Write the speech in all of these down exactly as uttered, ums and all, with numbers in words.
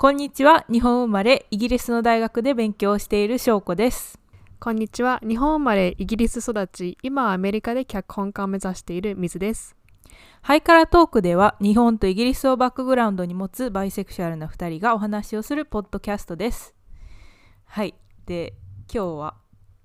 こんにちは。日本生まれイギリスの大学で勉強している翔子です。 こんにちは。日本生まれイギリス育ち、今はアメリカで脚本家を目指している水です。 ハイカラトークでは日本とイギリスをバックグラウンドに持つバイセクシュアルなふたりがお話をするポッドキャストです。はい。で、今日は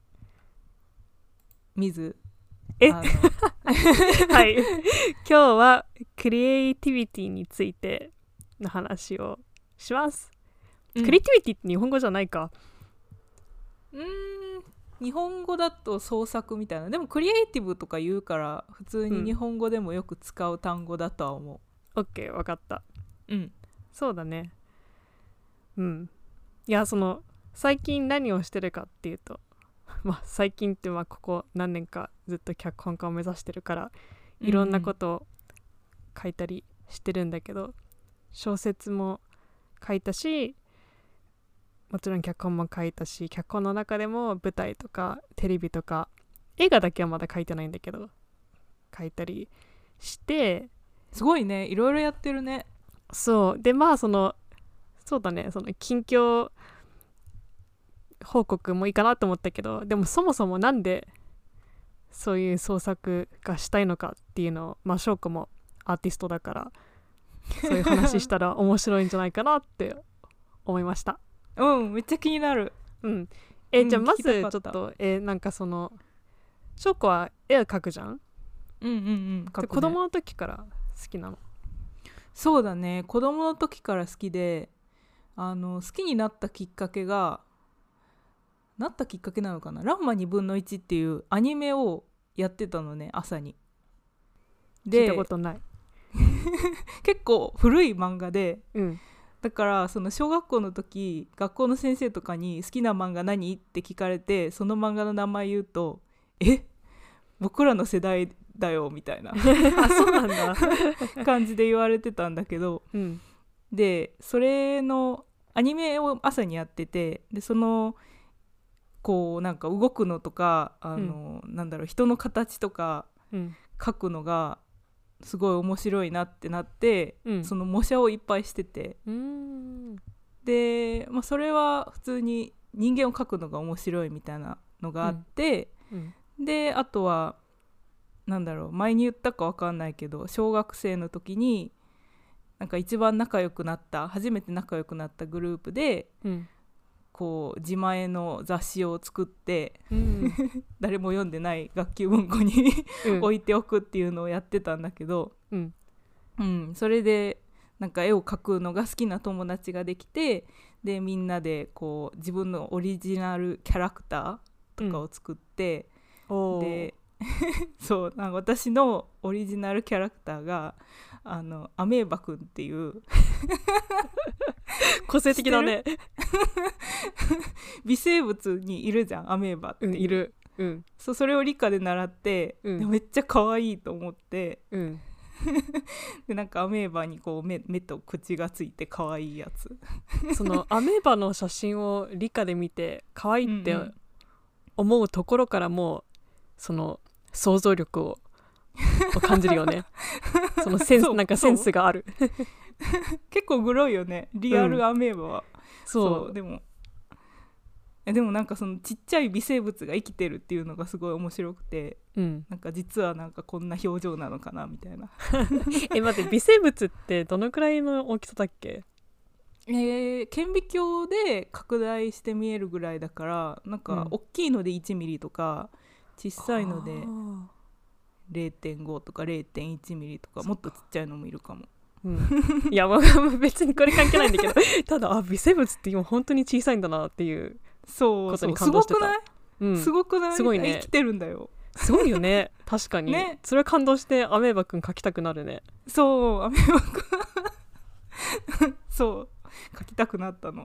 水えあのはい今日はクリエイティビティについての話をします、うん、クリエイティビティって日本語じゃないか。 うーん日本語だと創作みたいな。でもクリエイティブとか言うから普通に日本語でもよく使う単語だとは思う。 OK、 分かった。 うんそうだね。うんいやその最近何をしてるかっていうとまあ最近ってまあここ何年かずっと脚本家を目指してるからいろんなことを書いたりしてるんだけど、うん、小説も書いたしもちろん脚本も書いたし、脚本の中でも舞台とかテレビとか映画だけはまだ書いてないんだけど書いたりして、 すごいね、いろいろやってるね。 そうでまあそのそうだねその近況報告もいいかなと思ったけど、でもそもそもなんでそういう創作がしたいのかっていうのを、まあ翔子もアーティストだからそういう話したら面白いんじゃないかなって思いました。 うんめっちゃ気になる。 うんえ、うん、じゃあまずちょっとえなんかその翔子は絵を描くじゃん。 うんうんうん描く、ね、子供の時から好きなの？ そうだね、子供の時から好きで、あの好きになったきっかけがなったきっかけなのかな、ランマにぶんのいちっていうアニメをやってたのね、朝に。 で聞いたことない結構古い漫画で、 うん、 だからその小学校の時学校の先生とかに好きな漫画何って聞かれて、その漫画の名前言うとえ僕らの世代だよみたいなあそうなんだ感じで言われてたんだけど、 うん、 でそれのアニメを朝にやってて、でそのこうなんか動くのとかあの、うん、なんだろう人の形とか描くのがすごい面白いなってなって、うん、その模写をいっぱいしてて、 うーんで、まあ、それは普通に人間を描くのが面白いみたいなのがあって、うんうん、であとはなんだろう前に言ったか分かんないけど小学生の時になんか一番仲良くなった初めて仲良くなったグループで、うん、こう自前の雑誌を作って、うん、誰も読んでない学級文庫に置いておくっていうのをやってたんだけど、うんうん、それでなんか絵を描くのが好きな友達ができて、でみんなでこう自分のオリジナルキャラクターとかを作って、うん、でそうなんか私のオリジナルキャラクターがあのアメーバくんっていう個性的だね微生物にいるじゃんアメーバって、うん、 いる、うん、 そ, それを理科で習って、うん、でめっちゃ可愛いと思って、うん、でなんかアメーバにこう 目, 目と口がついて可愛いやつそのアメーバの写真を理科で見て可愛いって思うところからもうその想像力をを感じるよねそのセンスなんかセンスがある結構グロいよねリアルアメーバは、うん、 そうそうでもでもなんかそのちっちゃい微生物が生きてるっていうのがすごい面白くて、うん、なんか実はなんかこんな表情なのかなみたいなえ待って微生物ってどのくらいの大きさだっけ？ えー、顕微鏡で拡大して見えるぐらいだからなんか大きいのでいちミリとか、小さいので れいてんご とか れいてんいちミリとかもっとちっちゃいのもいるかも、うん、 いや、まあ、別にこれ関係ないんだけどただあ微生物って今本当に小さいんだなっていうことに感動してた。 そうそうすごくない、うん、すごくない？ すごいね、 生きてるんだよ。 すごいよね確かに、ね、それは感動してアメーバくん描きたくなるね。 そうアメーバくんそう描きたくなったの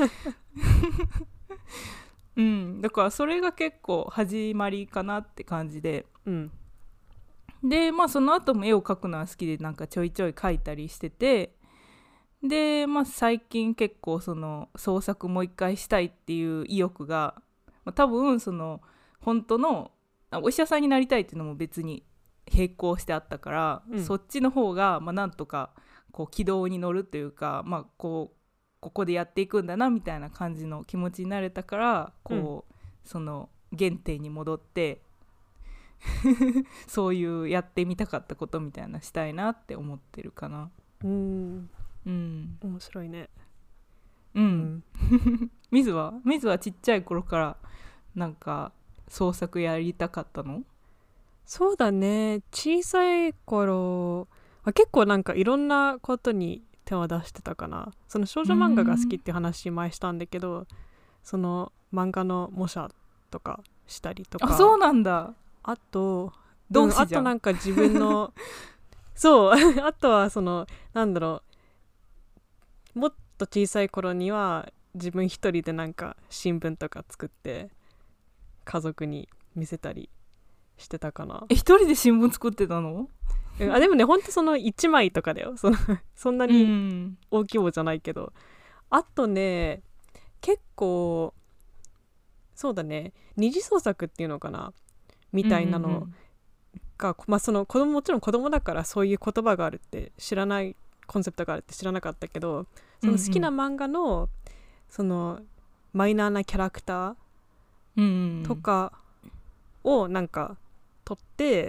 うんだからそれが結構始まりかなって感じで、うん、でまあその後も絵を描くのは好きでなんかちょいちょい描いたりしてて、でまあ最近結構その創作もう一回したいっていう意欲が、まあ、多分その本当のお医者さんになりたいっていうのも別に並行してあったから、うん、そっちの方がまあなんとかこう軌道に乗るというか、まあ、こうここでやっていくんだなみたいな感じの気持ちになれたからこう、うん、その原点に戻ってそういうやってみたかったことみたいなしたいなって思ってるかな。 うん、 うん、 面白いね。 うん、みずはみずはちっちゃい頃からなんか創作やりたかったの？ そうだね、小さい頃は結構なんかいろんなことに手を出してたかな。その少女漫画が好きって話前したんだけど、その漫画の模写とかしたりとか。 あ、そうなんだ。 あと同志じゃん、 うん、あとなんか自分のそうあとはそのなんだろう、もっと小さい頃には自分一人でなんか新聞とか作って家族に見せたりしてたかな。 え、一人で新聞作ってたの？ あ、でもね、ほんとそのいちまいとかだよ。そのそんなに大規模じゃないけど、うん、あとね結構そうだね、二次創作っていうのかなみたいなのが、うんうんうん、まあその子供もちろん子供だからそういう言葉があるって知らない、コンセプトがあるって知らなかったけど、その好きな漫画の、うんうん、そのマイナーなキャラクターとかをなんか撮って、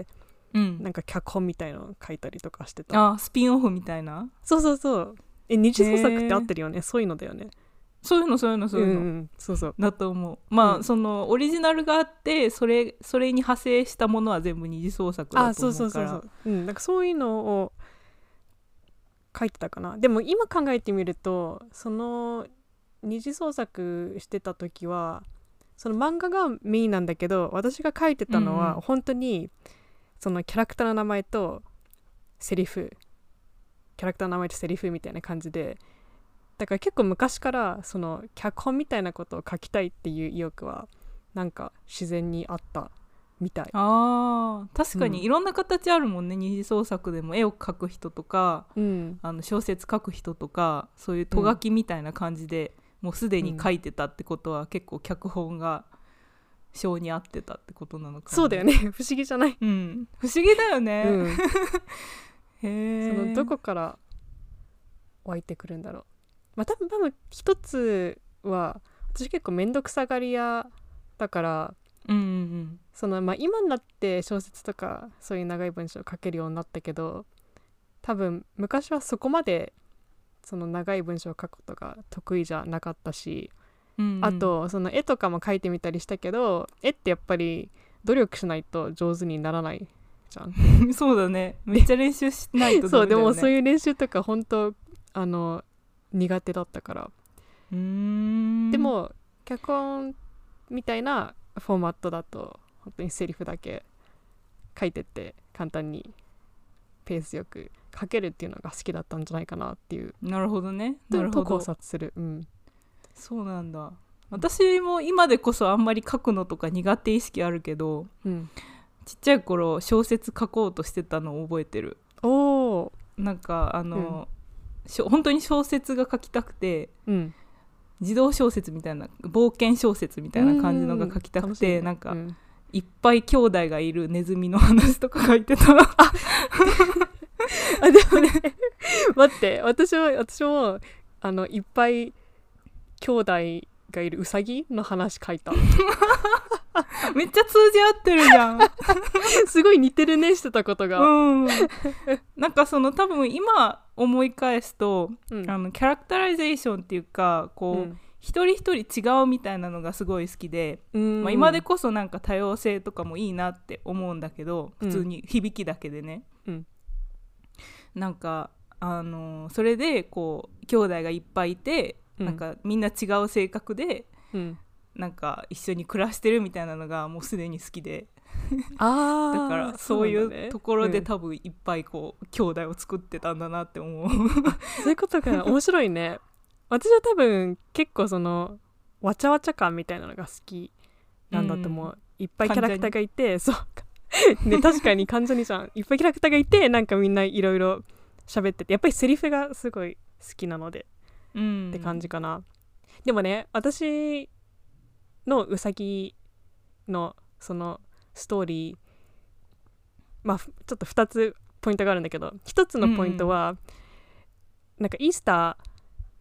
うん、なんか脚本みたいのを書いたりとかしてた。 あ、スピンオフみたいな。 そうそうそう。え、二次創作って合ってるよね。そういうのだよね。 そういうのそういうのそういうの、うん、 そうそうだと思う。まあ、うん、そのオリジナルがあってそれそれに派生したものは全部二次創作だと思うから。あ、そうそうそうそう、 うん、なんかそういうのを書いてたかな。でも今考えてみるとその二次創作してた時はその漫画がメインなんだけど、私が書いてたのは本当にそのキャラクターの名前とセリフ、キャラクターの名前とセリフみたいな感じで、だから結構昔からその脚本みたいなことを書きたいっていう意欲はなんか自然にあったみたい。 あー、確かにいろんな形あるもんね、うん、二次創作でも絵を描く人とか、うん、あの小説書く人とか、そういうとがきみたいな感じで、うん、もうすでに書いてたってことは、結構脚本が性に合ってたってことなのかな。 そうだよね不思議じゃない？ うん、不思議だよね、うん、 へー、そのどこから湧いてくるんだろう。まあ多分多分一つは私結構めんどくさがり屋だから、うんうんうん、そのまあ今になって小説とかそういう長い文章を書けるようになったけど、多分昔はそこまでその長い文章を書くことが得意じゃなかったし、うんうん、あとその絵とかも描いてみたりしたけど、絵ってやっぱり努力しないと上手にならないじゃんそうだね、めっちゃ練習しないとダメだよねそう、でもそういう練習とか本当あの苦手だったから。うーん、でも脚本みたいなフォーマットだと本当にセリフだけ書いてって簡単にペースよく書けるっていうのが好きだったんじゃないかなっていう。 なるほどね、なるほど、 と考察する、うん、 そうなんだ。私も今でこそあんまり書くのとか苦手意識あるけど、うん、ちっちゃい頃小説書こうとしてたのを覚えてる。おー、なんかあの、うん、本当に小説が書きたくて、うん、児童小説みたいな冒険小説みたいな感じのが書きたくて、なんか、うん、いっぱい兄弟がいるネズミの話とか書いてたああ、でもね待って、私も私もあのいっぱい兄弟がいるウサギの話書いためっちゃ通じ合ってるじゃんすごい似てるね、してたことが、うん、 なんかその多分今思い返すと、うん、あのキャラクタライゼーションっていうかこう、うん、一人一人違うみたいなのがすごい好きで、まあ、今でこそなんか多様性とかもいいなって思うんだけど、普通に響きだけでね、うん、なんかあのそれでこう兄弟がいっぱいいて、うん、なんかみんな違う性格で、うん、なんか一緒に暮らしてるみたいなのがもうすでに好きであだからそういうところで多分いっぱいこう、うん、兄弟を作ってたんだなって思うそういうことか。面白いね。私は多分結構そのわちゃわちゃ感みたいなのが好きなんだと思う、うん、いっぱいキャラクターがいて、そうね、確かに関ジャニじゃんいっぱいキャラクターがいて、なんかみんないろいろ喋ってて、やっぱりセリフがすごい好きなので、うん、って感じかな。でもね、私のうさぎのそのストーリー、まあちょっとふたつポイントがあるんだけど、ひとつのポイントは、うん、なんかイースター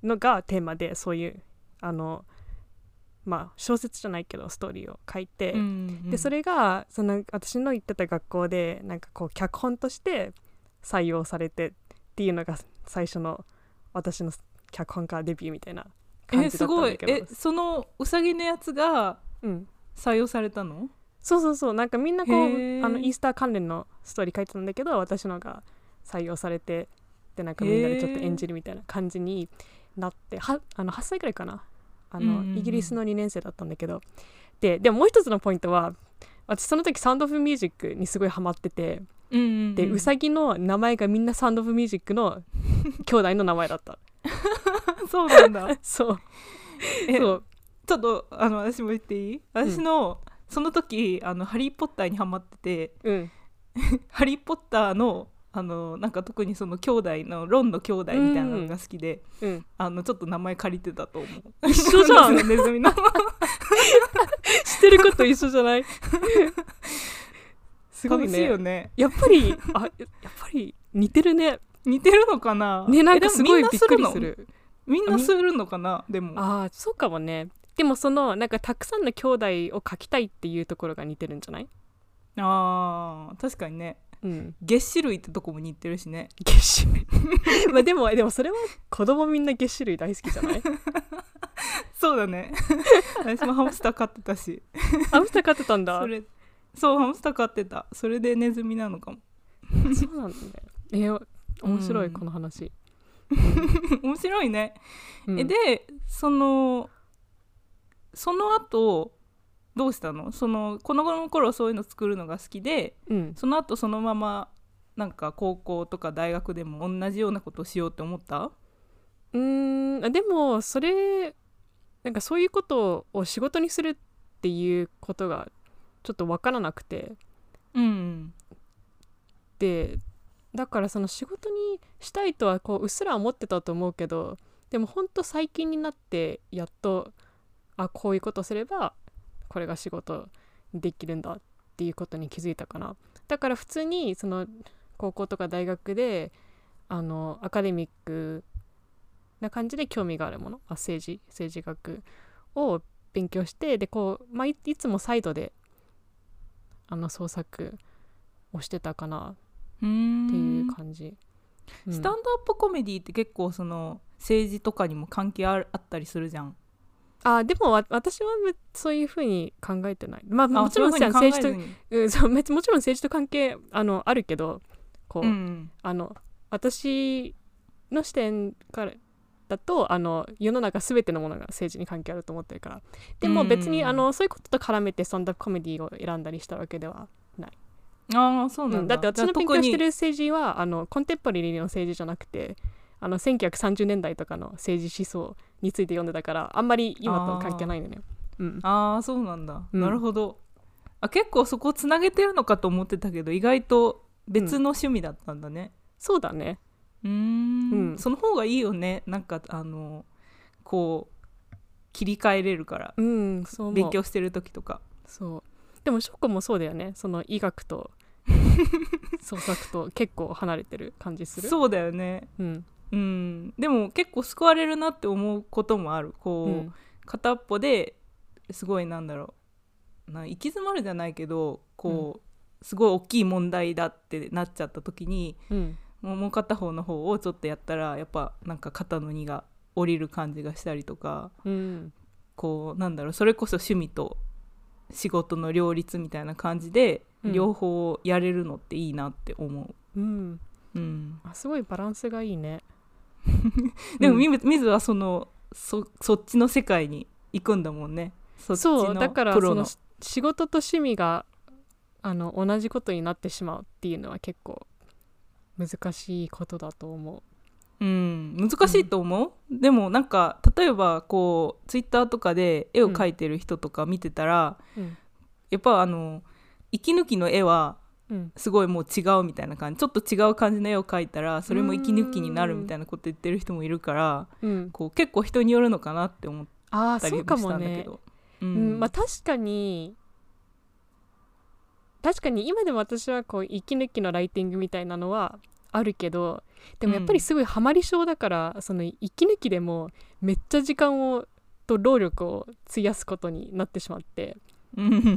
のがテーマで、そういうあのまあ小説じゃないけどストーリーを書いて、 うんうん、 でそれがその私の行ってた学校でなんかこう脚本として採用されてっていうのが最初の私の脚本家デビューみたいな感じだったんだけど、 えすごい。えそのうさぎのやつが採用されたの？うん、 そうそうそう、なんかみんなこうあのイースター関連のストーリー書いてたんだけど、私のが採用されて、でなんかみんなでちょっと演じるみたいな感じになって、はあのはっさいくらいかな、あの、うんうんうん、イギリスのにねん生だったんだけど、ででももう一つのポイントは、私その時サウンドオブミュージックにすごいハマってて、 うんうんうん、 でうさぎの名前がみんなサウンドオブミュージックの兄弟の名前だったそうなんだそうえそうちょっとあの私も言っていい？私の、うん、その時あのハリーポッターにハマってて、うん、ハリーポッターのあのなんか特にその兄弟のロンの兄弟みたいなのが好きで、うん、あのちょっと名前借りてたと思う。 一緒じゃんネズミの知ってること一緒じゃないすごいね。 楽しいよね。 やっぱりあやっぱり似てるね。 似てるのかな。 ね、なんかすごいびっくりする。 みんなするのかな。でもあそうかもね。でもそのなんかたくさんの兄弟を描きたいっていうところが似てるんじゃない？ あー確かにね、うん、月種類ってとこも似てるしね。 月種類まあでもでもそれは子供みんな月種類大好きじゃない？ そうだね私もハムスター飼ってたしハムスター飼ってたんだ。 それそうハムスター飼ってた。それでネズミなのかもそうなんだね。えー、面白い、うん、この話面白いね、うん、えでそのその後どうしたの？そのこの頃そういうの作るのが好きで、うん、その後そのままなんか高校とか大学でも同じようなことをしようって思った？ うーんでもそれなんかそういうことを仕事にするっていうことがちょっと分からなくて、うん、でだからその仕事にしたいとはこううっすら思ってたと思うけど、でもほんと最近になってやっとあこういうことすればこれが仕事できるんだっていうことに気づいたかな。だから普通にその高校とか大学であのアカデミックな感じで興味があるもの、あ政治政治学を勉強して、でこう、まあ、い, いつもサイドであの創作をしてたかなっていう感じ、 うん、スタンドアップコメディって結構その政治とかにも関係 あ, あったりするじゃん。 あでも私はそういうふうに考えてない。まあもちろん政治と、うん、そうもちろん政治と関係 あ, のあるけどこう、うん、あの私の視点からだとあの世の中全てのものが政治に関係あると思ってるから。でも別に、うん、あのそういうことと絡めてスタンドアップコメディを選んだりしたわけではない。 あそうなんだ、 うん、だって私の勉強してる政治はあのコンテンポラリーの政治じゃなくてあのせんきゅうひゃくさんじゅうねんだいとかの政治思想について読んでたからあんまり今と関係ないのね。 うん、ああそうなんだ、うん、なるほど。あ結構そこをつなげてるのかと思ってたけど意外と別の趣味だったんだね、うん、 そうだね。 うーん、うん、その方がいいよね。なんかあのこう切り替えれるから、うん、そう勉強してる時とか。 そうでもショコもそうだよね。その医学と創作と結構離れてる感じする。 そうだよね、うんうん、でも結構救われるなって思うこともある。こう、うん、片っぽですごいなんだろうな行き詰まるじゃないけどこう、うん、すごい大きい問題だってなっちゃった時に、うん、もう片方の方をちょっとやったらやっぱなんか肩の荷が下りる感じがしたりとか、うん、こうなんだろうそれこそ趣味と仕事の両立みたいな感じで、うん、両方やれるのっていいなって思う、うんうん、あすごいバランスがいいねでも、うん、水はその そ, そっちの世界に行くんだもんね。そっちのプロの。そうだからその仕事と趣味があの同じことになってしまうっていうのは結構難しいことだと思う。 うん、難しいと思う、うん、でもなんか例えばこうツイッターとかで絵を描いてる人とか見てたら、うん、やっぱあの息抜きの絵はすごいもう違うみたいな感じ、ちょっと違う感じの絵を描いたらそれも息抜きになるみたいなこと言ってる人もいるから、うん、こう結構人によるのかなって思ったりもしたんだけど。 うんうんまあ、確かに確かに今でも私はこう息抜きのライティングみたいなのはあるけど、 でもやっぱりすごいハマり性だから、うん、その息抜きでもめっちゃ時間をと労力を費やすことになってしまって、うん、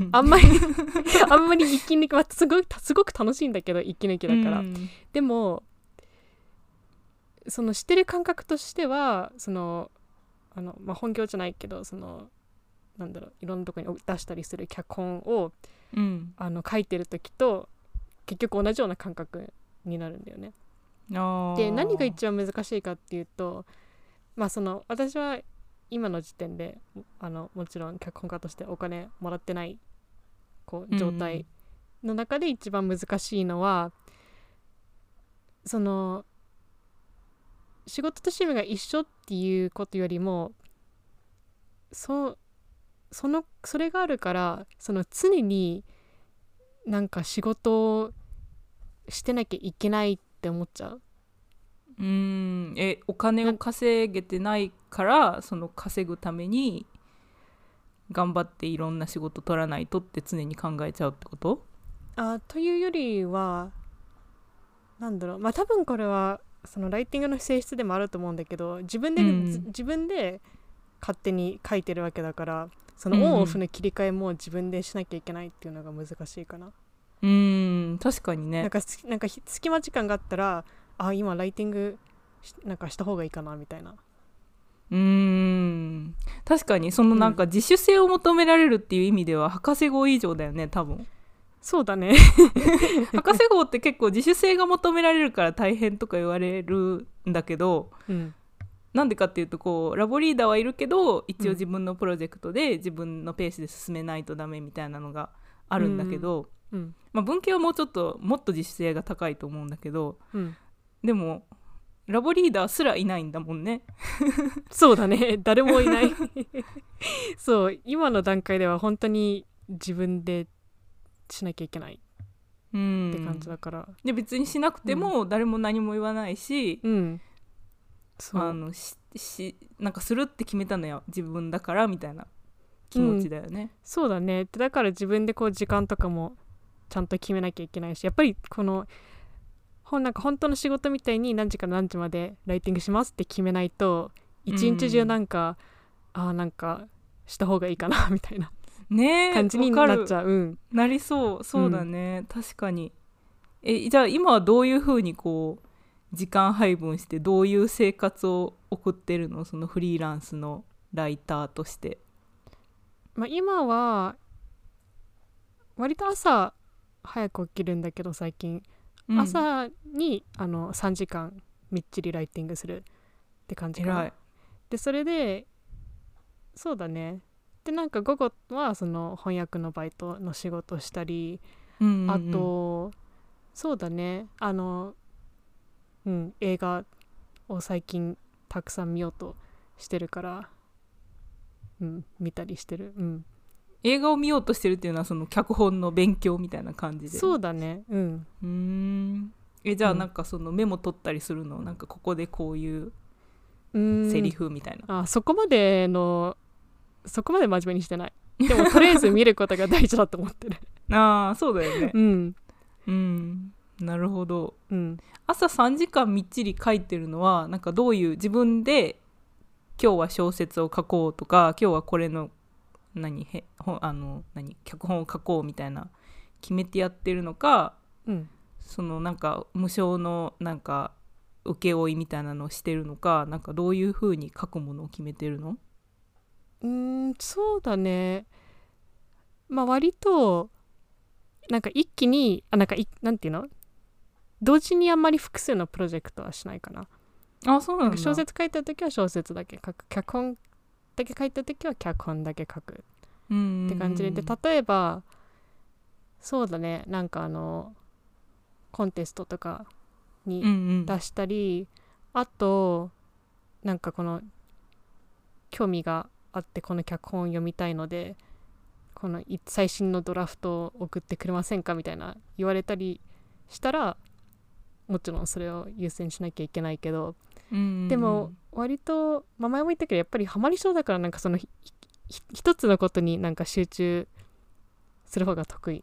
あんまりあんまり息抜きはすごくすごく楽しいんだけど息抜きだから、うん、でもそのしてる感覚としてはそのあの、まあ、本業じゃないけどそのなんだろういろんなところに出したりする脚本を、うん、あの書いてる時と結局同じような感覚になるんだよね。で何が一番難しいかっていうと、まあその私は今の時点であのもちろん脚本家としてお金もらってないこう状態の中で一番難しいのは、うん、その仕事と趣味が一緒っていうことよりもそそのそれがあるからその常になんか仕事をしてなきゃいけないって思っちゃう。 うーんえお金を稼げてないからその稼ぐために頑張っていろんな仕事取らないとって常に考えちゃうってこと？ あというよりはなんだろうまあ多分これはそのライティングの性質でもあると思うんだけど自分で、うん、自分で勝手に書いてるわけだからそのオンオフの切り替えも自分でしなきゃいけないっていうのが難しいかな。 うーん確かにね。 なんかなんか隙間時間があったらあ今ライティングなんかした方がいいかなみたいな。 うーん確かにそのなんか自主性を求められるっていう意味では博士号以上だよね多分。 そうだね博士号って結構自主性が求められるから大変とか言われるんだけど、うん、なんでかっていうとこうラボリーダーはいるけど一応自分のプロジェクトで自分のペースで進めないとダメみたいなのがあるんだけど、うんうんまあ、文系はもうちょっともっと自主性が高いと思うんだけど、うん、でもラボリーダーすらいないんだもんねそうだね誰もいないそう今の段階では本当に自分でしなきゃいけないって感じだから、 で別にしなくても誰も何も言わないし、うん、そうあのししなんかするって決めたのよ自分だからみたいな気持ちだよね、うん、 そうだね。だから自分でこう時間とかもちゃんと決めなきゃいけないしやっぱりこのなんか本当の仕事みたいに何時から何時までライティングしますって決めないと一日中なんか、うん、あなんかした方がいいかなみたいなね感じになっちゃう、うん、 なりそうそうだね、うん、確かに。えじゃあ今はどういうふうにこう時間配分してどういう生活を送ってるのそのフリーランスのライターとして、 まあ、今は割と朝早く起きるんだけど最近、うん、朝にあのさんじかんみっちりライティングするって感じかな。でそれでそうだねでなんか午後はその翻訳のバイトの仕事したり、うんうんうん、あとそうだねあの、うん、映画を最近たくさん見ようとしてるから、うん、見たりしてる、うん、 映画を見ようとしてるっていうのはその脚本の勉強みたいな感じで。 そうだねうんうーんえじゃあなんかそのメモ取ったりするの、うん、なんかここでこういうセリフみたいな。 あそこまでのそこまで真面目にしてない。でもとりあえず見ることが大事だと思ってるああそうだよねうんうんなるほど、うん、朝さんじかんみっちり書いてるのはなんかどういう自分で今日は小説を書こうとか今日はこれの何へあの何脚本を書こうみたいな決めてやってるのか、うん、そのなんか無償のなんか請負いみたいなのをしてるのかなんかどういう風に書くものを決めてるの？ うーんそうだねまあ割となんか一気にあなんかいなんていうの同時にあんまり複数のプロジェクトはしないかな。 あそうなんだ。 なんか小説書いた時は小説だけ書く脚本だけ書いた時は脚本だけ書くって感じで、で例えばそうだねなんかあのコンテストとかに出したり、うんうん、あとなんかこの興味があってこの脚本を読みたいのでこの最新のドラフトを送ってくれませんかみたいな言われたりしたらもちろんそれを優先しなきゃいけないけど、うんうんうん、でも割と、まあ、前も言ったけどやっぱりハマりそうだからなんかその一つのことになんか集中する方が得意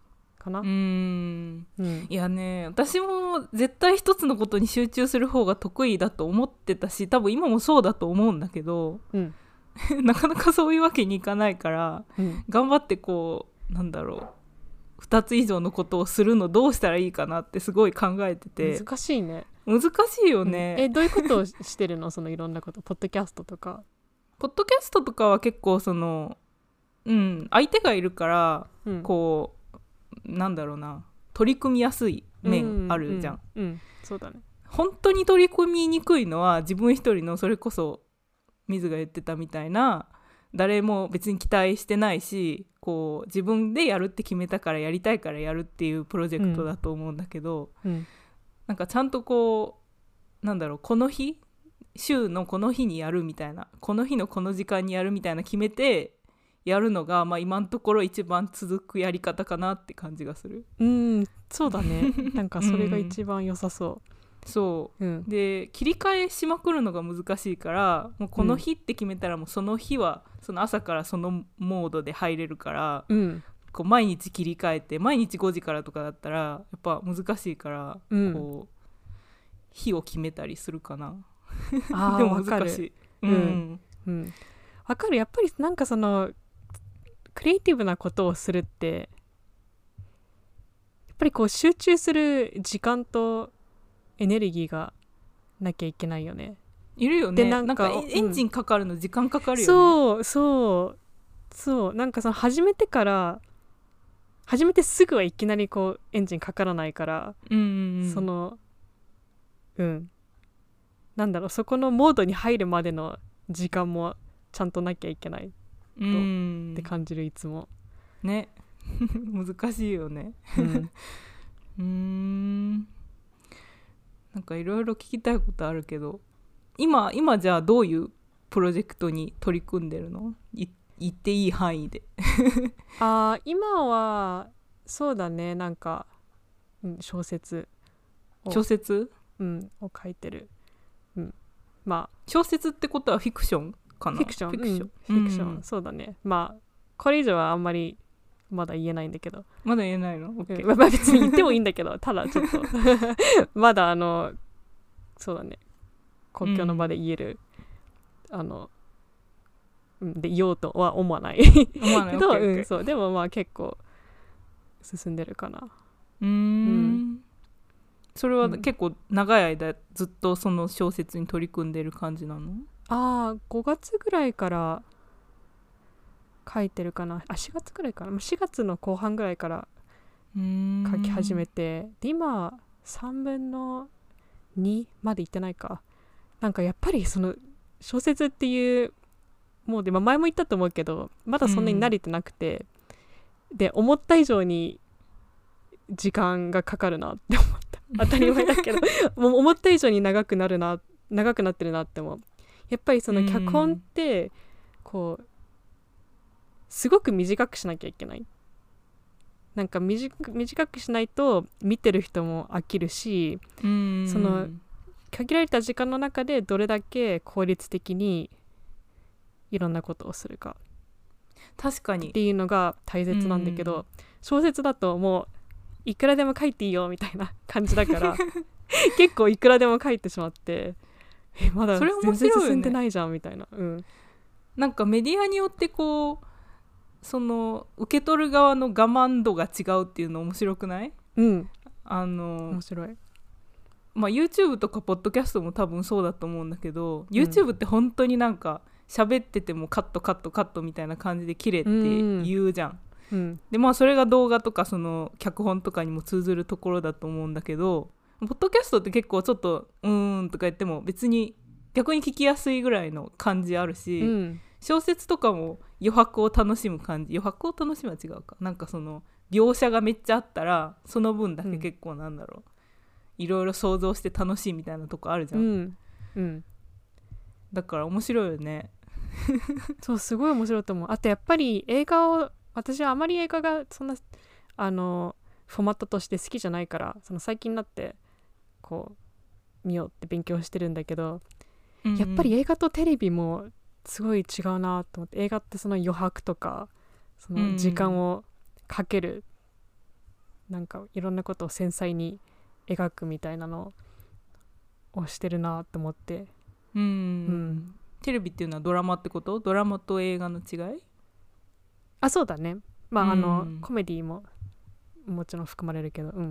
かな。 うーん、 うん、 いやね、私も絶対一つのことに集中する方が得意だと思ってたし、多分今もそうだと思うんだけど、 うん、 なかなかそういうわけにいかないから、 うん、 頑張ってこうなんだろうふたつ以上のことをするのどうしたらいいかなってすごい考えてて。 難しいね。 難しいよね、 うん、えどういうことをしてるの？そのいろんなこと、ポッドキャストとか。 ポッドキャストとかは結構そのうん相手がいるから、 うん、 こうなんだろうな取り組みやすい面あるじゃん、 うんうんうん、そうだね。 本当に取り組みにくいのは自分一人の、それこそ水が言ってたみたいな誰も別に期待してないし、こう自分でやるって決めたからやりたいからやるっていうプロジェクトだと思うんだけど、 うん、 なんかちゃんとこうなんだろうこの日週のこの日にやるみたいな、この日のこの時間にやるみたいな決めてやるのが、まあ、今のところ一番続くやり方かなって感じがする。 うんそうだねなんかそれが一番良さそう、 うん、そう、うん、で切り替えしまくるのが難しいから、もうこの日って決めたらもうその日はその朝からそのモードで入れるから、 うん、 こう毎日切り替えて毎日ごじからとかだったらやっぱ難しいから、うん、こう日を決めたりするかなあでも難しい。 うん、うん、わかる。やっぱりなんかそのクリエイティブなことをするってやっぱりこう集中する時間とエネルギーがなきゃいけないよね。 いるよね。でなんか、なんかエンジンかかるの時間かかるよね、 そうそうそうなんかその始めてから始めてすぐはいきなりこうエンジンかからないから、 うんうんうん、 そのうんなんだろうそこのモードに入るまでの時間もちゃんとなきゃいけないとって感じるいつもね難しいよねうんうーんなんかいろいろ聞きたいことあるけど、今今じゃあどういうプロジェクトに取り組んでるの？い言っていい範囲であ今はそうだねなんか、うん、小説を小説、 うん、を書いてる、うん、まあ小説ってことはフィクションかな？ フィクションフィクション、うん、フィクション、うん、そうだね。まあこれ以上はあんまりまだ言えないんだけど。 まだ言えないの？ OK、 うん、まあ別に言ってもいいんだけどただちょっとまだあのそうだね公共の場で言える、うん、あので言おうとは思わない思わないけど、 okay, okay. うん、そうでもまあ結構進んでるかな。 うーん、うん、それは結構長い間ずっとその小説に取り組んでる感じなの？ ああごがつぐらいから書いてるかな。あしがつぐらいかな。しがつの後半ぐらいから書き始めて、で今さんぶんのにまでいってないか。なんかやっぱりその小説っていうもうで、まあ、前も言ったと思うけどまだそんなに慣れてなくて、うん、で思った以上に時間がかかるなって思った当たり前だけどもう思った以上に長くなるな長くなってるなって思う。やっぱりその脚本ってこうすごく短くしなきゃいけない。なんか 短, 短くしないと見てる人も飽きるし、その限られた時間の中でどれだけ効率的にいろんなことをするか確かにっていうのが大切なんだけど、小説だともういくらでも書いていいよみたいな感じだから結構いくらでも書いてしまってえまだ全然進んでないじゃんみたいな、うん、 なんかメディアによってこうその受け取る側の我慢度が違うっていうの面白くない？ うん、 あの面白い。 まあ YouTube とかポッドキャストも多分そうだと思うんだけど、うん、YouTube って本当になんか喋っててもカットカットカットみたいな感じで切れって言うじゃん、うん、でまあそれが動画とかその脚本とかにも通ずるところだと思うんだけど、ポッドキャストって結構ちょっとうーんとか言っても別に逆に聞きやすいぐらいの感じあるし、うん、小説とかも余白を楽しむ感じ、余白を楽しむは違うか、なんかその描写がめっちゃあったらその分だけ結構なんだろう、うん、いろいろ想像して楽しいみたいなとこあるじゃん、 うんうん、だから面白いよねそうすごい面白いと思う。あとやっぱり映画を私はあまり映画がそんなあのフォーマットとして好きじゃないから、その最近になってこう見ようって勉強してるんだけど、うんうん、やっぱり映画とテレビもすごい違うなと思って、映画ってその余白とかその時間をかけるなんかいろんなことを繊細に描くみたいなのをしてるなって思って。 うん、うん、テレビっていうのはドラマってこと？ドラマと映画の違い？ あ、そうだね。まあ、うん、あのコメディももちろん含まれるけど、うん。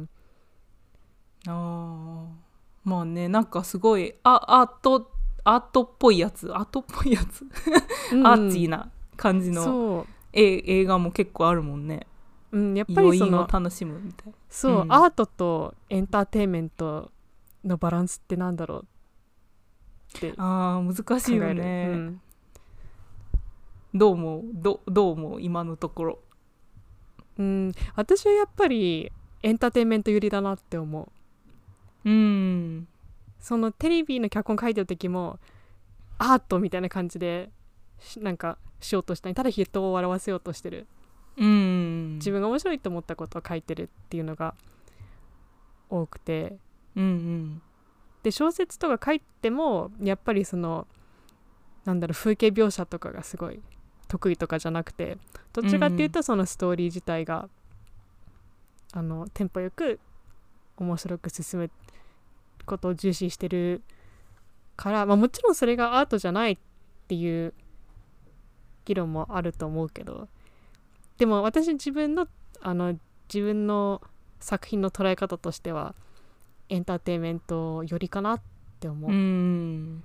ああ、まあね、なんかすごいあアートアートっぽいやつアートっぽいやつうん、アーチーな感じの映画も結構あるもんね。 うん、やっぱりその余韻を楽しむみたいな。 そう、うん、アートとエンターテインメントのバランスってなんだろうってあー難しいよね、うん、どう思う？ど, どう思う今のところ？ うん、私はやっぱりエンターテインメント寄りだなって思う。うんそのテレビの脚本書いてる時もアートみたいな感じでなんかしようとしたり、ただ人を笑わせようとしてる、 うん、 自分が面白いと思ったことを書いてるっていうのが多くて、 うんうん、 で小説とか書いてもやっぱりそのなんだろう風景描写とかがすごい得意とかじゃなくて、どっちかっていうとそのストーリー自体が、うん、あのテンポよく面白く進むことを重視してるから、まあ、もちろんそれがアートじゃないっていう議論もあると思うけど、でも私自分のあの自分の作品の捉え方としてはエンターテインメントよりかなって思う。 うん、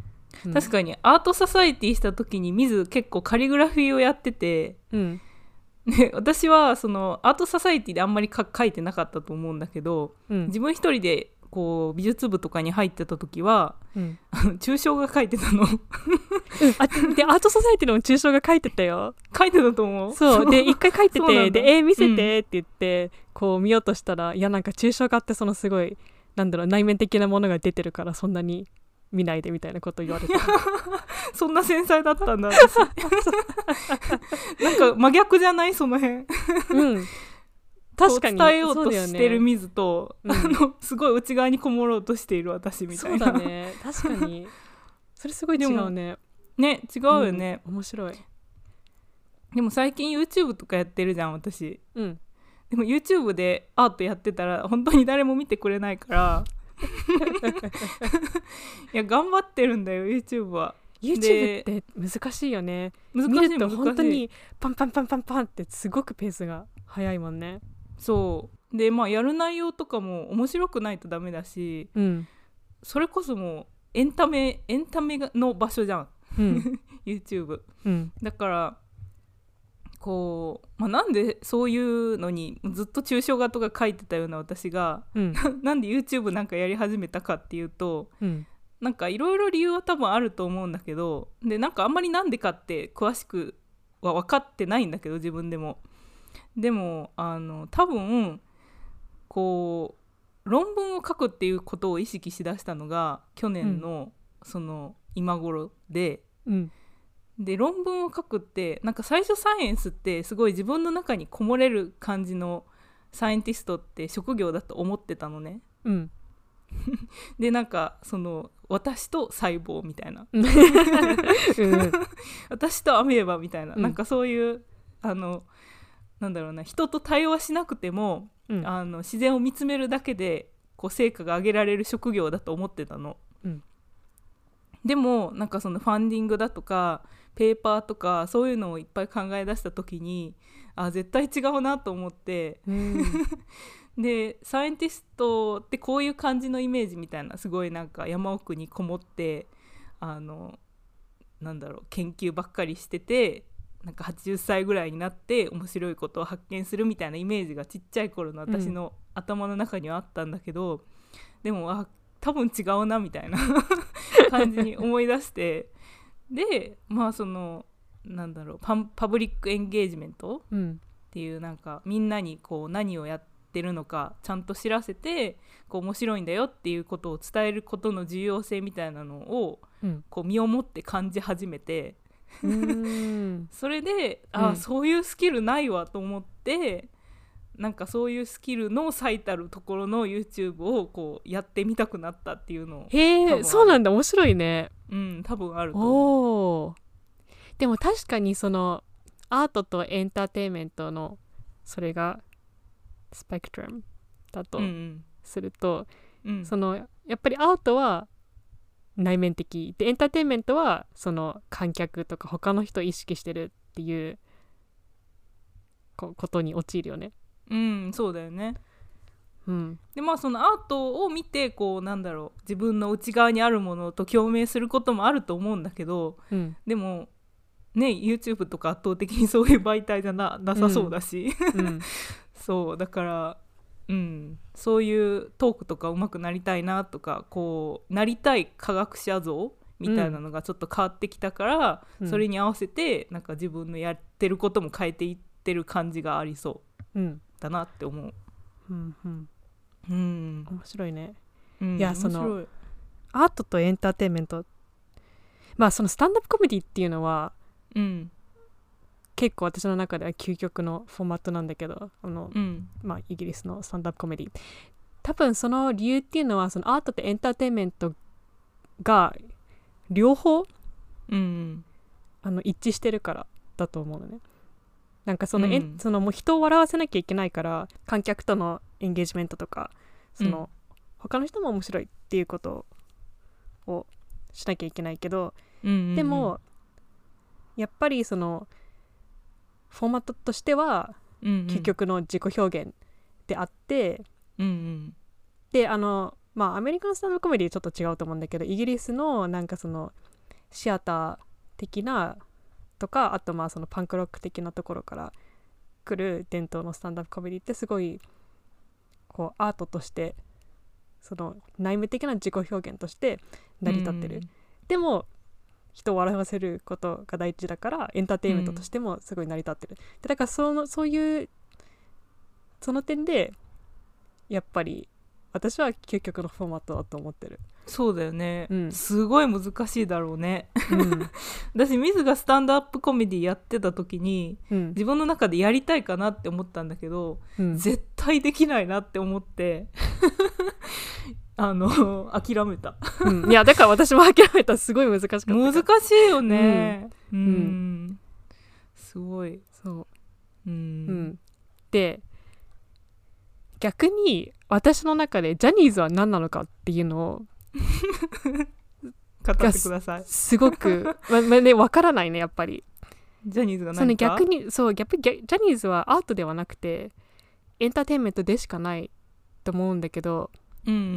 うん、確かにアートササエティした時にミズ結構カリグラフィーをやってて、うん、で私はそのアートササエティであんまり書いてなかったと思うんだけど、うん、自分一人でこう美術部とかに入ってた時は、うん、あの抽象画書いてたの、うん、 あでアートササエティの抽象画書いてたよ。 書いてたと思う。 そうで一回書いててでえー、見せてって言って、うん、こう見ようとしたらいやなんか抽象画ってそのすごいなんだろう内面的なものが出てるからそんなに見ないでみたいなこと言われたそんな繊細だったんだ私なんか真逆じゃないその辺うん確かに伝えようとしてる水と、ね、うん、あのすごい内側にこもろうとしている私みたいな。 そうだね確かにそれすごい違うね。 ね違うよね、 うん、面白い。 でも最近 YouTube とかやってるじゃん私、うん、でも YouTube でアートやってたら本当に誰も見てくれないからいや頑張ってるんだよ YouTube は。 YouTube って難しいよね。難しい。見ると本当にパンパンパンパンパンってすごくペースが速いもんね。 そうでまあやる内容とかも面白くないとダメだし、うん、それこそもうエンタメエンタメの場所じゃん、うん、YouTube、うん、だからこう、まあ、なんでそういうのにずっと抽象画とか描いてたような私が、うん、な, なんで YouTube なんかやり始めたかっていうと、うん、なんかいろいろ理由は多分あると思うんだけど、でなんかあんまりなんでかって詳しくは分かってないんだけど自分でもでもあの多分こう論文を書くっていうことを意識しだしたのが去年のその今頃で、うん、で論文を書くってなんか最初サイエンスってすごい自分の中にこもれる感じのサイエンティストって職業だと思ってたのね、うん、でなんかその私と細胞みたいな、うん、私とアメーバみたいな、うん、なんかそういうあのなんだろうな人と対話しなくても、うん、あの自然を見つめるだけでこう成果が上げられる職業だと思ってたの、うん、でもなんかそのファンディングだとかペーパーとかそういうのをいっぱい考え出した時にあ絶対違うなと思って、うん、でサイエンティストってこういう感じのイメージみたいなすごいなんか山奥にこもってあのなんだろう研究ばっかりしててなんかはちじゅっさいぐらいになって面白いことを発見するみたいなイメージがちっちゃい頃の私の頭の中にはあったんだけど、うん、でもあ多分違うなみたいな感じに思い出してでまあそのなんだろう パ, パブリックエンゲージメントっていうなんかみんなにこう何をやってるのかちゃんと知らせてこう面白いんだよっていうことを伝えることの重要性みたいなのをこう身をもって感じ始めてうーんそれであ、うん、そういうスキルないわと思ってなんかそういうスキルの最たるところの YouTube をこうやってみたくなったっていうのをへえそうなんだ面白いね。 うん多分あると思う。 おでも確かにそのアートとエンターテインメントのそれがスペクトラムだとうんすると、 うん、 そのやっぱりアートは内面的でエンターテインメントはその観客とか他の人を意識してるっていうこことに陥るよね。 うん、そうだよね。 うん、 でまあそのアートを見てこうなんだろう自分の内側にあるものと共鳴することもあると思うんだけど、 うん、 でもね YouTube とか圧倒的にそういう媒体じゃ な, なさそうだし、 うんうん、 そうだから、うん、そういうトークとか上手くなりたいなとかこうなりたい科学者像みたいなのがちょっと変わってきたから、うん、それに合わせてなんか自分のやってることも変えていってる感じがありそうだなって思う。 うんうんうん、 面白いね、 うん、 いやそのアートとエンターテインメント、まあそのスタンダップコメディっていうのは、 うん、 結構私の中では究極のフォーマットなんだけどあの、 うん、 まあ、イギリスのスタンダップコメディ多分その理由っていうのはそのアートとエンターテインメントが両方、 うん、 あの一致してるからだと思うのね。なんかその、うん、そのもう人を笑わせなきゃいけないから観客とのエンゲージメントとかその、うん、他の人も面白いっていうことをしなきゃいけないけど、 うんうんうん、 でもやっぱりそのフォーマットとしては究極の自己表現であって、 うんうん、 であのまあアメリカンスタンダップコメディちょっと違うと思うんだけどイギリスのなんかそのシアター的なとかあとまあそのパンクロック的なところから来る伝統のスタンダップコメディってすごいこうアートとしてその内面的な自己表現として成り立ってる、うん、でも人を笑わせることが大事だからエンターテインメントとしてもすごい成り立ってる、うん、でだからそのそういうその点でやっぱり私は究極のフォーマットだと思ってる。 そうだよね、 うん、 すごい難しいだろうね、 うん、 私ミズがスタンドアップコメディやってた時に、 うん、 自分の中でやりたいかなって思ったんだけど、 うん、 絶対できないなって思ってあの諦めた、 うん、いやだから私も諦めた。すごい難しかった難しいよね、うん、うん、すごいそう、 うんうん、で逆に私の中でジャニーズは何なのかっていうのを語ってください。 すごくま、まね、分からないねやっぱり。 ジャニーズが何かその逆にそう逆ジャニーズはアートではなくてエンターテインメントでしかないと思うんだけど、 うんうん、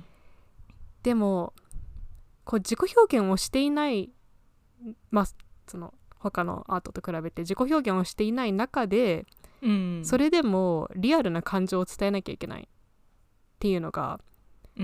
でもこう自己表現をしていないまあその他のアートと比べて自己表現をしていない中で、 うん、 それでもリアルな感情を伝えなきゃいけないっていうのが、 うん、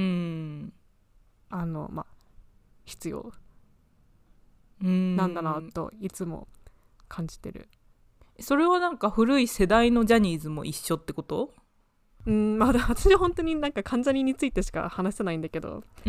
あのまあ必要なんだなといつも感じてる。 それはなんか古い世代のジャニーズも一緒ってこと？ うんまあ私は本当になんか関ジャニについてしか話せないんだけど、 うん、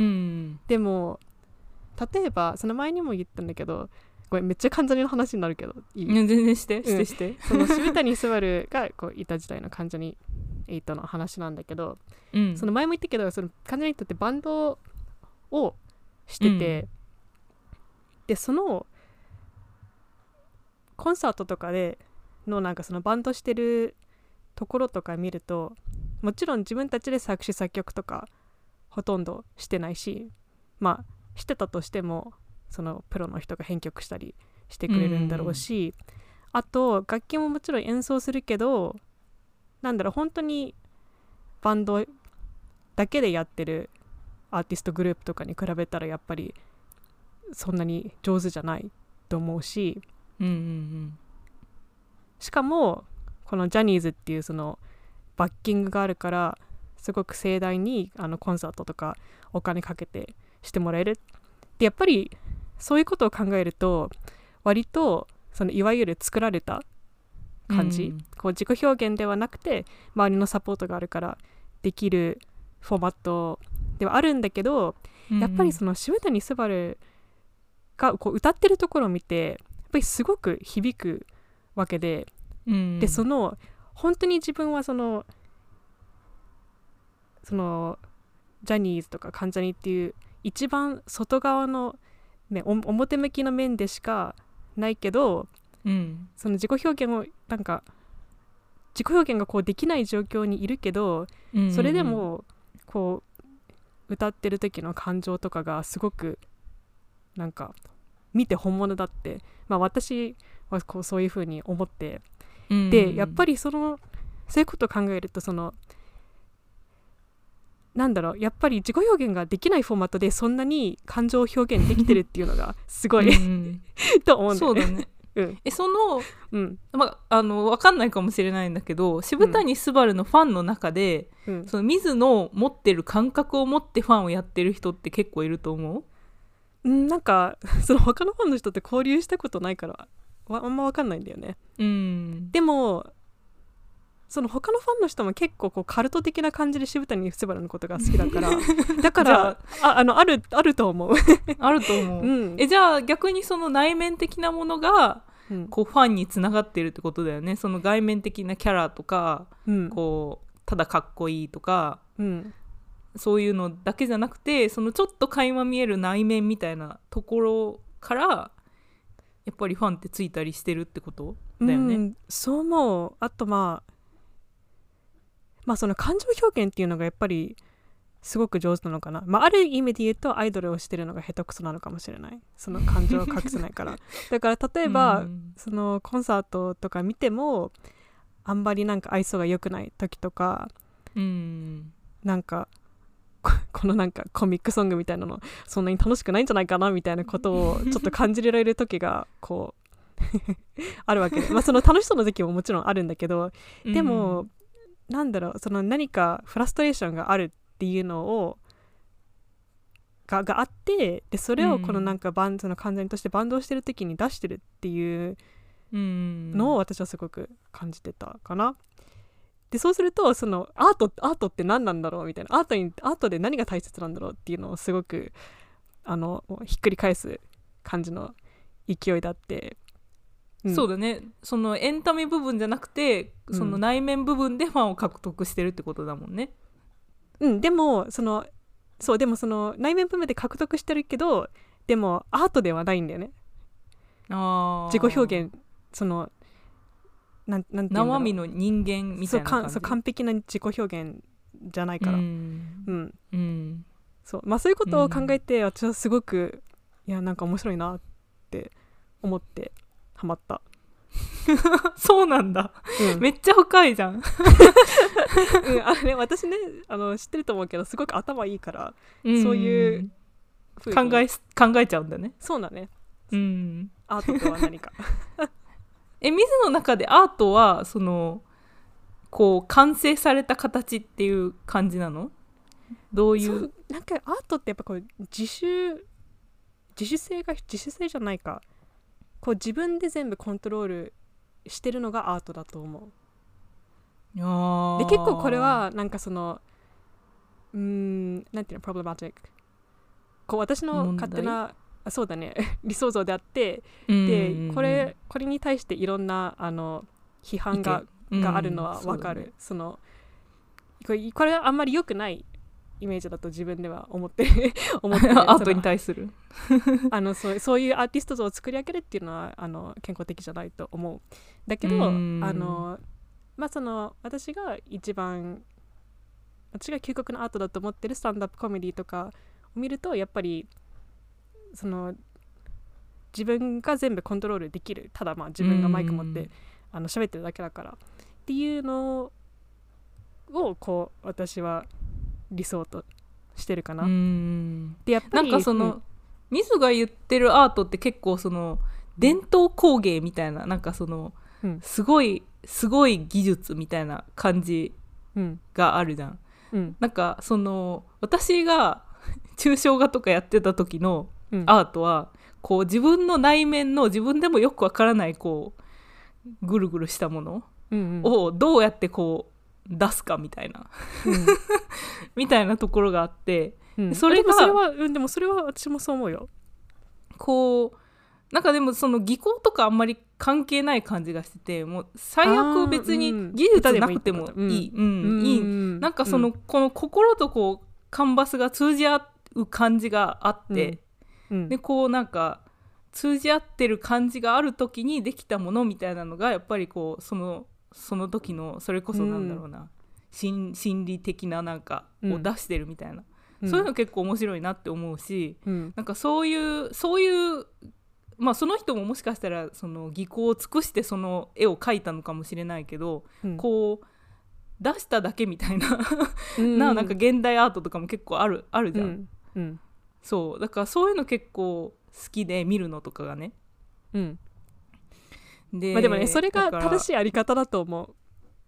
でも例えばその前にも言ったんだけど、これめっちゃ関ジャニの話になるけどいい？ 全然してしてして、 うん、その渋谷昴がこういた時代の関ジャニエイトの話なんだけど、 うん、 その前も言ったけどその関ジャニエイトってバンドをしてて、うん、でそのコンサートとかでのなんかそのバンドしてるところとか見ると、もちろん自分たちで作詞作曲とかほとんどしてないし、まあしてたとしてもそのプロの人が編曲したりしてくれるんだろうし、うん、あと楽器ももちろん演奏するけど、なんだろう本当にバンドだけでやってるアーティストグループとかに比べたらやっぱりそんなに上手じゃないと思うし、 うんうんうん、 しかもこのジャニーズっていうそのバッキングがあるからすごく盛大にあのコンサートとかお金かけてしてもらえる。でやっぱりそういうことを考えると割とそのいわゆる作られた感じ、うん、こう自己表現ではなくて周りのサポートがあるからできるフォーマットではあるんだけど、うん、やっぱりその渋谷昴がこう歌ってるところを見てやっぱりすごく響くわけで、うん、でその本当に自分はそのそのジャニーズとか関ジャニっていう一番外側の、ね、表向きの面でしかないけど、 うん、 その自己表現をなんか自己表現がこうできない状況にいるけど、うんうんうん、それでもこう歌ってる時の感情とかがすごくなんか見て本物だって、まあ、私はこうそういう風に思って、うんうん、でやっぱりそのそういうことを考えるとそのなんだろうやっぱり自己表現ができないフォーマットでそんなに感情を表現できてるっていうのがすごいうん、と思うんだよね。 そうだねうん、えその、 うんま、あの分かんないかもしれないんだけど渋谷すばるのファンの中で、うん、その水野持ってる感覚を持ってファンをやってる人って結構いると思う？んなんかその他のファンの人って交流したことないからあんま分かんないんだよね、 うん、 でもその他のファンの人も結構こうカルト的な感じで渋谷すばるのことが好きだからだからああのあるあると思うあると思う、うん、えじゃあ逆にその内面的なものが、うん、こうファンにつながってるってことだよね。その外面的なキャラとか、うん、こうただかっこいいとか、うん、そういうのだけじゃなくてそのちょっと垣間見える内面みたいなところからやっぱりファンってついたりしてるってことだよね、うん、 そう思う。あとまあまあその感情表現っていうのがやっぱりすごく上手なのかな、まあ、ある意味で言うとアイドルをしてるのが下手くそなのかもしれない。その感情を隠せないからだから例えば、うん、そのコンサートとか見てもあんまりなんか愛想が良くない時とか、うん、なんかこのなんかコミックソングみたいなのそんなに楽しくないんじゃないかなみたいなことをちょっと感じられる時がこうあるわけで、まあその楽しそうな時ももちろんあるんだけど、でも、うんなんだろうその何かフラストレーションがあるっていうのを が, があってでそれをこのなんかバン、うん、その完全としてバンドをしてる時に出してるっていうのを私はすごく感じてたかな。でそうするとそのアートアートって何なんだろうみたいなアートにアートで何が大切なんだろうっていうのをすごくあのひっくり返す感じの勢いだって。 うん、そうだね。そのエンタメ部分じゃなくてその内面部分でファンを獲得してるってことだもんね。 うん、でもそのそうでもその内面部分で獲得してるけどでもアートではないんだよね。あ自己表現そのなんなんていうんだろう生身の人間みたいな感じ。 そうそう完璧な自己表現じゃないから。うん、うんうん、そうまあそういうことを考えて、うん、私はすごくいやなんか面白いなって思ってハマったそうなんだ、うん、めっちゃ深いじゃん、うん、 あれ私ねあの知ってると思うけどすごく頭いいから、うん、そういう考え考えちゃうんだね。 そうだね、うん、アートとは何かえ水の中でアートはそのこう完成された形っていう感じなの？どういうなんかアートってやっぱこう自主自主性が自主性じゃないかこう自分で全部コントロールしてるのがアートだと思う。で結構これはなんかそのうーんなんていうのプロブレマティックこう私の勝手なあそうだね理想像であってでこれこれに対していろんなあの批判ががあるのは分かる、うん そ, ね、そのこれこれはあんまり良くないイメージだと自分では思って思ってアートに対するあのそう、そういうアーティスト像を作り上げるっていうのはあの健康的じゃないと思う。だけどあの、まあ、その私が一番私が究極のアートだと思ってるスタンダップコメディとかを見るとやっぱりその自分が全部コントロールできるただまあ自分がマイク持ってあの喋ってるだけだからっていうのをこう私は理想としてるかな。うんでやっぱりなんかその、うん、水が言ってるアートって結構その伝統工芸みたいななんかその、うん、すごいすごい技術みたいな感じがあるじゃん、うん、なんかその私が抽象画とかやってた時のアートは、うん、こう自分の内面の自分でもよくわからないこうぐるぐるしたものをどうやってこう出すかみたいな、うん、みたいなところがあって、 うん、それがでもそれは、うん、でもそれは私もそう思うよ。 こうなんかでもその技巧とかあんまり関係ない感じがしててもう最悪別に技術なくてもいい、うんうん、いい、なんかその、うん、この心とこうカンバスが通じ合う感じがあって、うんうん、でこうなんか通じ合ってる感じがある時にできたものみたいなのがやっぱりこうそのその時のそれこそなんだろうな、うん、心, 心理的ななんかを出してるみたいな、うん、そういうの結構面白いなって思うし、うん、なんかそういうそういうまあその人ももしかしたらその技巧を尽くしてその絵を描いたのかもしれないけど、うん、こう出しただけみたいなな、なんか現代アートとかも結構あるあるじゃん、うんうん、そうだからそういうの結構好きで見るのとかがね、 うん、で、まあ、でもねそれが正しいあり方だと思う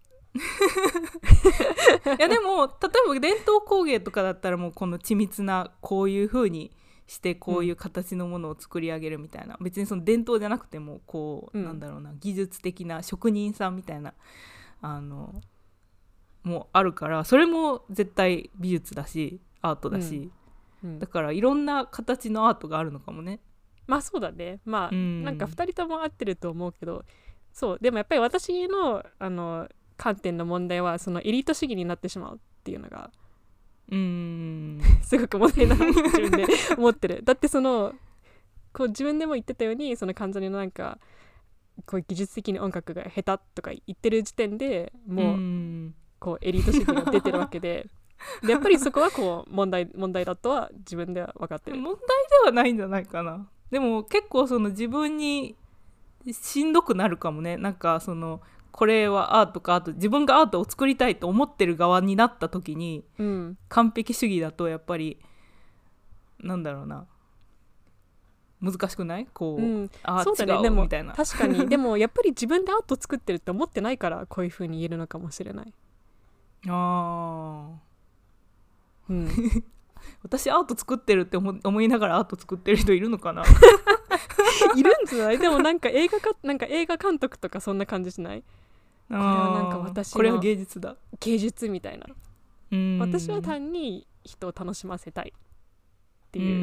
いやでも例えば伝統工芸とかだったらもうこの緻密なこういう風にしてこういう形のものを作り上げるみたいな、うん、別にその伝統じゃなくてもこう、うん、なんだろうな技術的な職人さんみたいなあのもあるから、それも絶対美術だしアートだし、うんうん、だからいろんな形のアートがあるのかもね。 まあそうだね、まあ、うん、なんかふたりとも合ってると思うけど、そうでもやっぱり私のあの観点の問題はそのエリート主義になってしまうっていうのがうーんすごく問題なのに自分で思ってる。だってそのこう自分でも言ってたようにその関ジャニのなんかこう技術的に音楽が下手とか言ってる時点でもうこうエリート主義が出てるわけででやっぱりそこはこう問題問題だとは自分では分かってる。 問題ではないんじゃないかな。でも結構その自分にしんどくなるかもね。なんかそのこれはアートかアート、自分がアートを作りたいと思ってる側になった時に、うん、完璧主義だとやっぱりなんだろうな、難しくないこう、うん、あそうだね、 違うでもみたいな。 確かにでもやっぱり自分でアート作ってるって思ってないからこういう風に言えるのかもしれない。 あー、 うん私アート作ってるって 思, 思いながらアート作ってる人いるのかないるんじゃない？でもなんか映画かなんか映画監督とかそんな感じしない？これはなんか私のこれは芸術だ、 芸術みたいな。うーん、私は単に人を楽しませたいっていう、うん、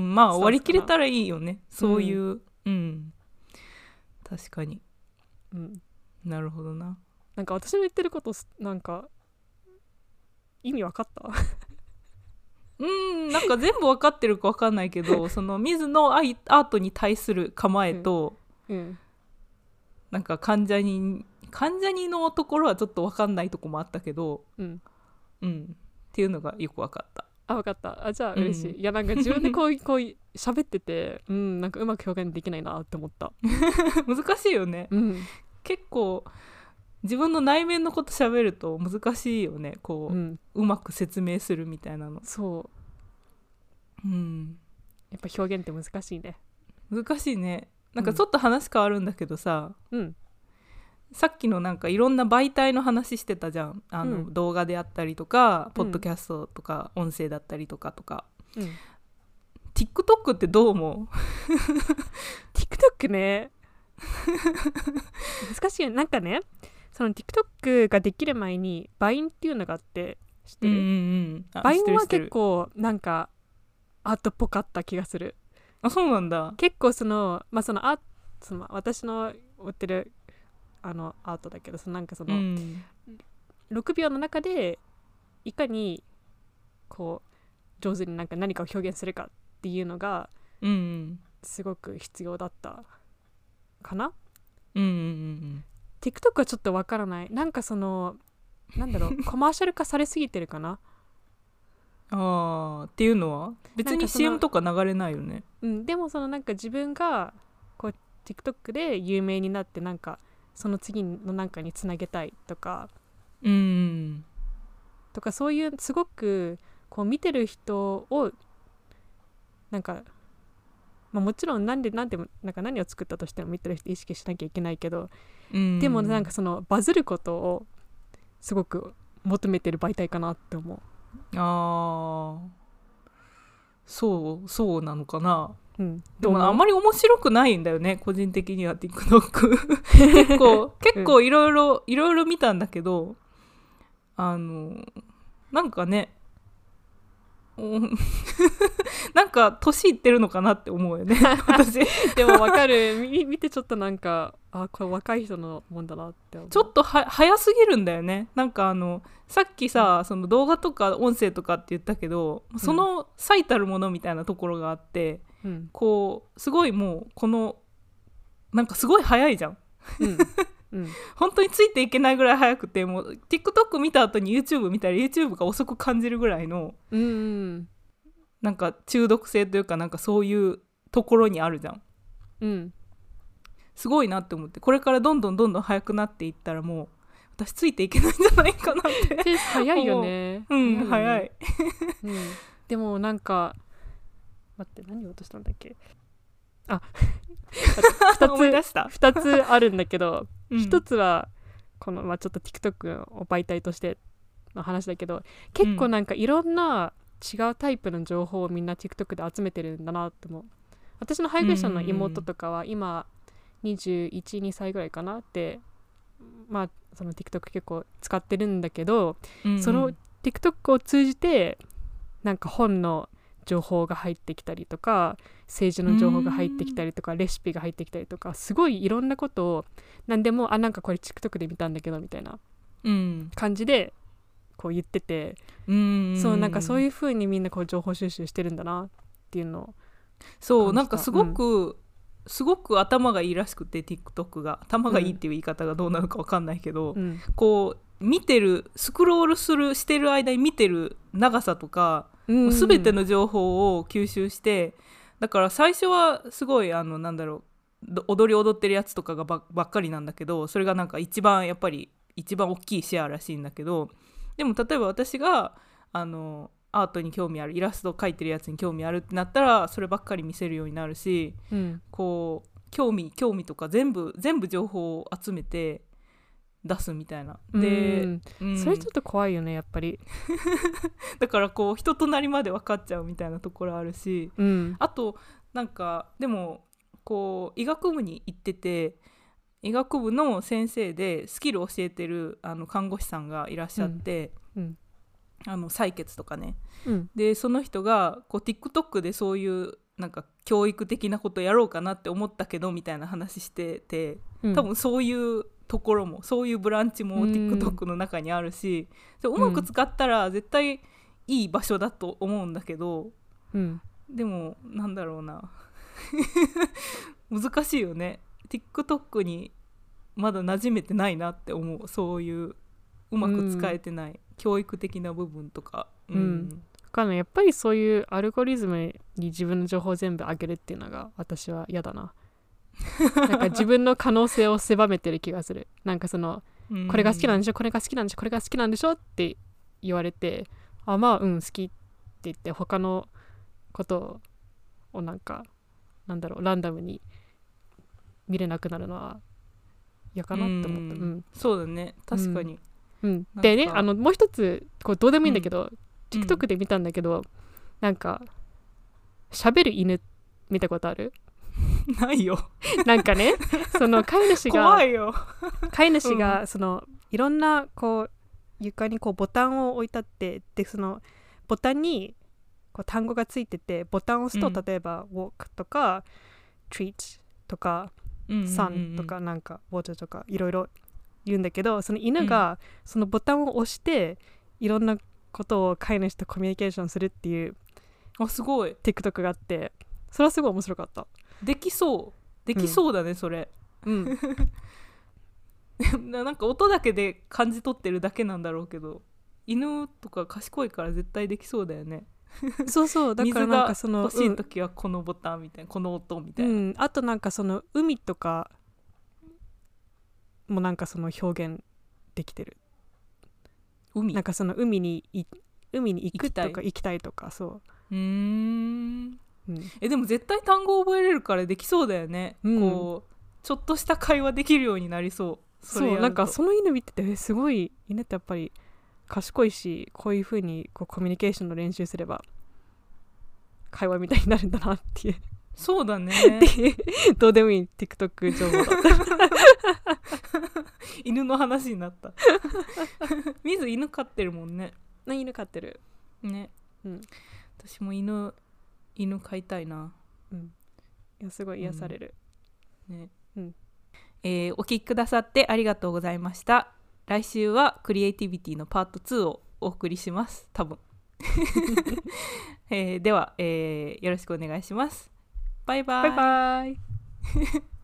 まあ割り切れたらいいよね、そういう、うん、うん、確かに、うん、なるほどな。 なんか私の言ってることなんか意味わかったうーん、なんか全部分かってるか分かんないけどその水のアートに対する構えと、うんうん、なんか関ジャニ関ジャニのところはちょっと分かんないとこもあったけど、うんうん、っていうのがよく分かった。 あ、分かった。あ、じゃあ嬉しい、うん、いやなんか自分でこうこう喋っててうんなんかうまく表現できないなって思った難しいよね、うん、結構自分の内面のこと喋ると難しいよね、こう、うん、うまく説明するみたいなの。 そう、うん、やっぱ表現って難しいね。 難しいね。なんかちょっと話変わるんだけどさ、うん、さっきのなんかいろんな媒体の話してたじゃん。あの、うん、動画であったりとかポッドキャストとか、うん、音声だったりとかとか、うん、TikTok ってどう思う TikTok ね難しいよ。なんかねその TikTok ができる前にバインっていうのがあって知ってる？うんうんうん、バインは結構なんかアートっぽかった気がする。 あ、そうなんだ。 結構そのまあそのアその私の追ってるあのアートだけどそのなんかその、うん、ろくびょうの中でいかにこう上手になんか何かを表現するかっていうのが、うんうん、すごく必要だったかな。うんうんうん、TikTok はちょっとわからない。なんかそのなんだろうコマーシャル化されすぎてるかなあーっていうのは別に シーエム とか流れないよね。 うん、でもそのなんか自分がこう TikTok で有名になってなんかその次のなんかにつなげたいとか、うん、とかそういうすごくこう見てる人をなんか、まあ、もちろんなんでなんでなんか何を作ったとしても見てる人意識しなきゃいけないけど、うん、でもなんかそのバズることをすごく求めてる媒体かなって思う。 あーそうそうなのかな、うん、でもあんまり面白くないんだよね個人的には TikTok 結構結構いろいろいろいろ見たんだけどあのなんかねなんか年いってるのかなって思うよね私でもわかる見, 見てちょっとなんかあこれ若い人のもんだなって思う。 ちょっとは早すぎるんだよね。なんかあのさっきさ、うん、その動画とか音声とかって言ったけど、うん、その最たるものみたいなところがあって、うん、こうすごいもうこのなんかすごい早いじゃん、うん、 うん、 本当についていけないぐらい早くて、もう TikTok 見た後に YouTube 見たら YouTube が遅く感じるぐらいの、 うんうん、 なんか中毒性というか、なんかそういうところにあるじゃん、 うん、 すごいなって思って、これからどんどんどんどん早くなっていったらもう私ついていけないんじゃないかなってペース早いよね。 うん、 早いよね、 早い、 うん、でもなんか待って何を落としたんだっけ、あふたつ思い出したふたつあるんだけど、 うん、 ひとつはこの、まあ、ちょっと TikTok を媒体としての話だけど、結構なんかいろんな違うタイプの情報をみんな TikTok で集めてるんだなって思う。私の配偶者の妹とかは今にじゅういち、にさいぐらいかなって、まあその TikTok 結構使ってるんだけど、 うんうん、 その TikTok を通じてなんか本の情報が入ってきたりとか、政治の情報が入ってきたりとか、レシピが入ってきたりとか、すごいいろんなことを何でも、あ、なんかこれ TikTok で見たんだけどみたいな感じでこう言ってて、 うん、 そうなんかそういう風にみんなこう情報収集してるんだなっていうのを、 そうなんかすごく、うん、すごく頭がいいらしくて TikTok が頭がいいっていう言い方がどうなのか分かんないけど、うん、こう見てるスクロールするしてる間に見てる長さとか、うん、全ての情報を吸収して、だから最初はすごいあのなんだろう踊り踊ってるやつとかが ば, ばっかりなんだけど、それがなんか一番やっぱり一番大きいシェアらしいんだけど、でも例えば私があのアートに興味ある、イラストを描いてるやつに興味あるってなったらそればっかり見せるようになるし、うん、こう興味興味とか全部全部情報を集めて出すみたいなで、 うんうん、それちょっと怖いよねやっぱりだからこう人となりまで分かっちゃうみたいなところあるし、うん、あとなんかでもこう医学部に行ってて、医学部の先生でスキル教えてるあの看護師さんがいらっしゃって、うんうん、あの採血とかね、うん、でその人がこう TikTok でそういうなんか教育的なことやろうかなって思ったけどみたいな話してて、うん、多分そういうところもそういうブランチも TikTok の中にあるし、うん、うまく使ったら絶対いい場所だと思うんだけど、うん、でもなんだろうな難しいよね。 TikTok にまだ馴染めてないなって思う。そういううまく使えてない、うん、教育的な部分とか、うんうん、 かんないやっぱりそういうアルゴリズムに自分の情報を全部上げるっていうのが私は嫌だななんか自分の可能性を狭めてる気がする。なんかそのこれが好きなんでしょこれが好きなんでしょこれが好きなんでしょって言われて、あまあうん好きって言って他のことをなんかなんだろうランダムに見れなくなるのは嫌かなって思った、うんうん、 そうだね確かに、 うん、でねあのもう一つこうどうでもいいんだけど、うん、TikTok で見たんだけど、うん、なんか喋る犬見たことある？ ないよなんかねその飼い主が怖いよ飼い主がその、うん、いろんなこう床にこうボタンを置いてあって、でそのボタンにこう単語がついてて、ボタンを押すと、うん、例えば walk とか treat とか、うん、sun とかなんか water とかいろいろ言うんだけど、その犬がそのボタンを押していろんなことを飼い主とコミュニケーションするっていうあすごい TikTok があって、それはすごい面白かった。 できそうできそうだね、うん、それうんなんか音だけで感じ取ってるだけなんだろうけど、犬とか賢いから絶対できそうだよねそうそうだからなんかその水が欲しい時はこのボタンみたいな、うん、この音みたいな、うん、 あとなんかその海とかもなんかその表現できてる。 海なんかその海にい海に行くとか行きたいとか、そううーん、うん、えでも絶対単語覚えれるからできそうだよね、うん、こうちょっとした会話できるようになりそう。それやると。そうなんかその犬見ててすごい犬ってやっぱり賢いし、こういう風にこうコミュニケーションの練習すれば会話みたいになるんだなっていう。 そうだねどうでもいい TikTok 情報だ犬の話になったみず犬飼ってるもんね。 犬飼ってるね、うん、私も犬犬飼いたいな、 うん、いやすごい癒される、 うんねうんえー、お聞きくださってありがとうございました。来週はクリエイティビティのパートツーをお送りします多分、えー、では、えー、よろしくお願いします。バイバイ。 バイバイ